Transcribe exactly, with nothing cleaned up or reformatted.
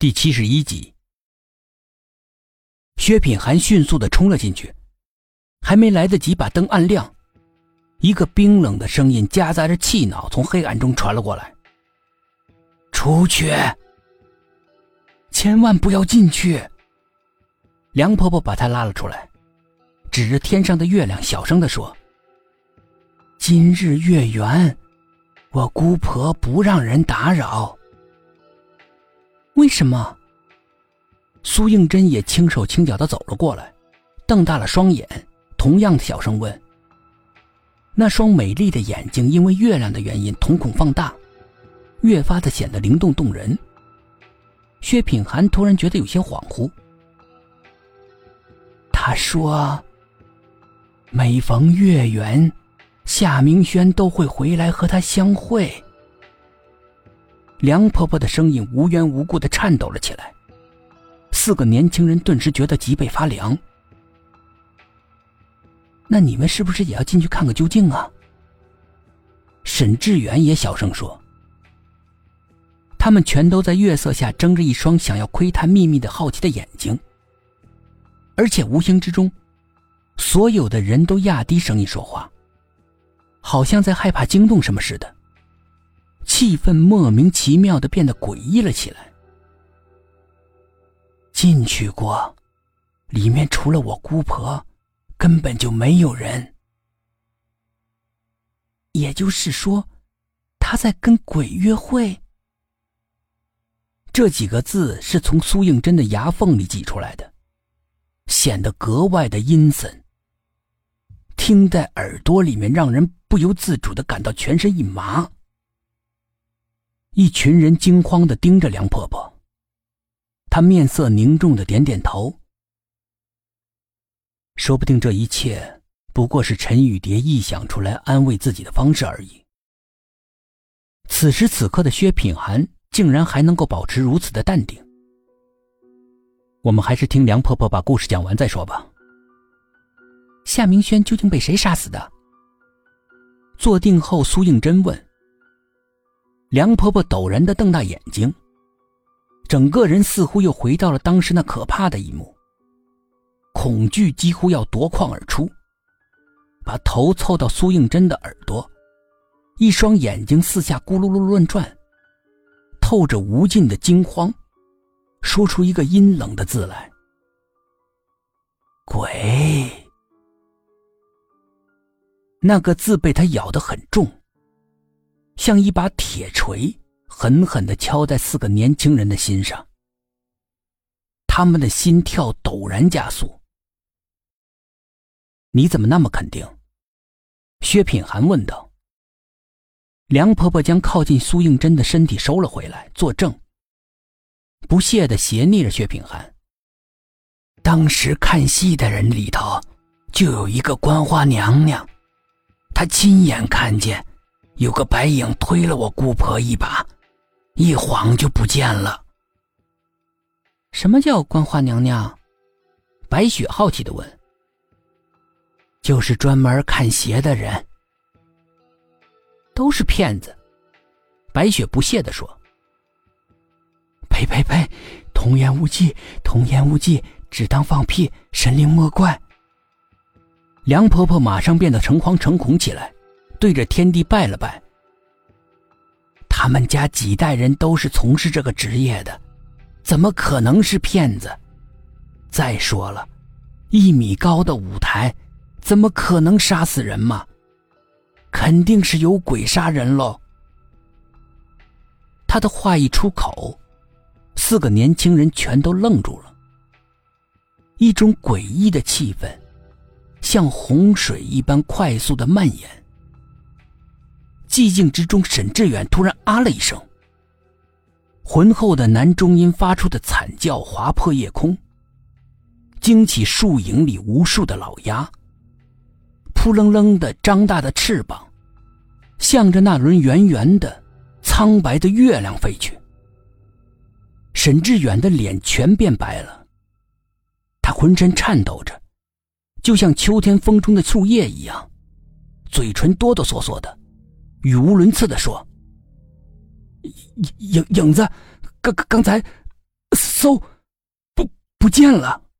第七十一集。薛品涵迅速地冲了进去，还没来得及把灯按亮，一个冰冷的声音夹杂着气恼从黑暗中传了过来：出去，千万不要进去。梁婆婆把她拉了出来，指着天上的月亮小声地说：今日月圆，我姑婆不让人打扰。为什么？苏应真也轻手轻脚地走了过来，瞪大了双眼，同样的小声问。那双美丽的眼睛因为月亮的原因瞳孔放大，越发的显得灵动动人。薛品涵突然觉得有些恍惚。他说每逢月圆，夏明轩都会回来和他相会。梁婆婆的声音无缘无故地颤抖了起来，四个年轻人顿时觉得脊背发凉。那你们是不是也要进去看个究竟啊？沈志远也小声说。他们全都在月色下睁着一双想要窥探秘密的好奇的眼睛，而且无形之中，所有的人都压低声音说话，好像在害怕惊动什么似的，气氛莫名其妙地变得诡异了起来。进去过，里面除了我姑婆，根本就没有人。也就是说，他在跟鬼约会？这几个字是从苏应真的牙缝里挤出来的，显得格外的阴森，听在耳朵里面让人不由自主地感到全身一麻。一群人惊慌地盯着梁婆婆，她面色凝重地点点头。说不定这一切不过是陈雨蝶臆想出来安慰自己的方式而已。此时此刻的薛品涵竟然还能够保持如此的淡定。我们还是听梁婆婆把故事讲完再说吧。夏明轩究竟被谁杀死的？坐定后，苏应真问。梁婆婆陡然地瞪大眼睛，整个人似乎又回到了当时那可怕的一幕，恐惧几乎要夺眶而出，把头凑到苏应真的耳朵，一双眼睛四下咕噜噜乱转，透着无尽的惊慌，说出一个阴冷的字来：鬼。那个字被他咬得很重，像一把铁锤狠狠地敲在四个年轻人的心上，他们的心跳陡然加速。你怎么那么肯定？薛品涵问道。梁婆婆将靠近苏应真的身体收了回来，作证，不屑地斜睨着薛品涵。当时看戏的人里头就有一个观花娘娘，她亲眼看见有个白影推了我姑婆一把，一晃就不见了。什么叫观花娘娘？白雪好奇地问。就是专门看邪的人。都是骗子，白雪不屑地说。呸呸呸，童言无忌，童言无忌，只当放屁，神灵莫怪。梁婆婆马上变得诚惶诚恐起来，对着天地拜了拜。他们家几代人都是从事这个职业的，怎么可能是骗子？再说了，一米高的舞台怎么可能杀死人嘛？肯定是有鬼杀人喽。他的话一出口，四个年轻人全都愣住了。一种诡异的气氛像洪水一般快速地蔓延。寂静之中，沈志远突然啊了一声，浑厚的男中音发出的惨叫划破夜空，惊起树影里无数的老鸦，扑棱棱的张大的翅膀向着那轮圆圆的苍白的月亮飞去。沈志远的脸全变白了，他浑身颤抖着，就像秋天风中的树叶一样，嘴唇哆哆嗦嗦的，语无伦次地说：影影子刚刚才嗖，不不见了。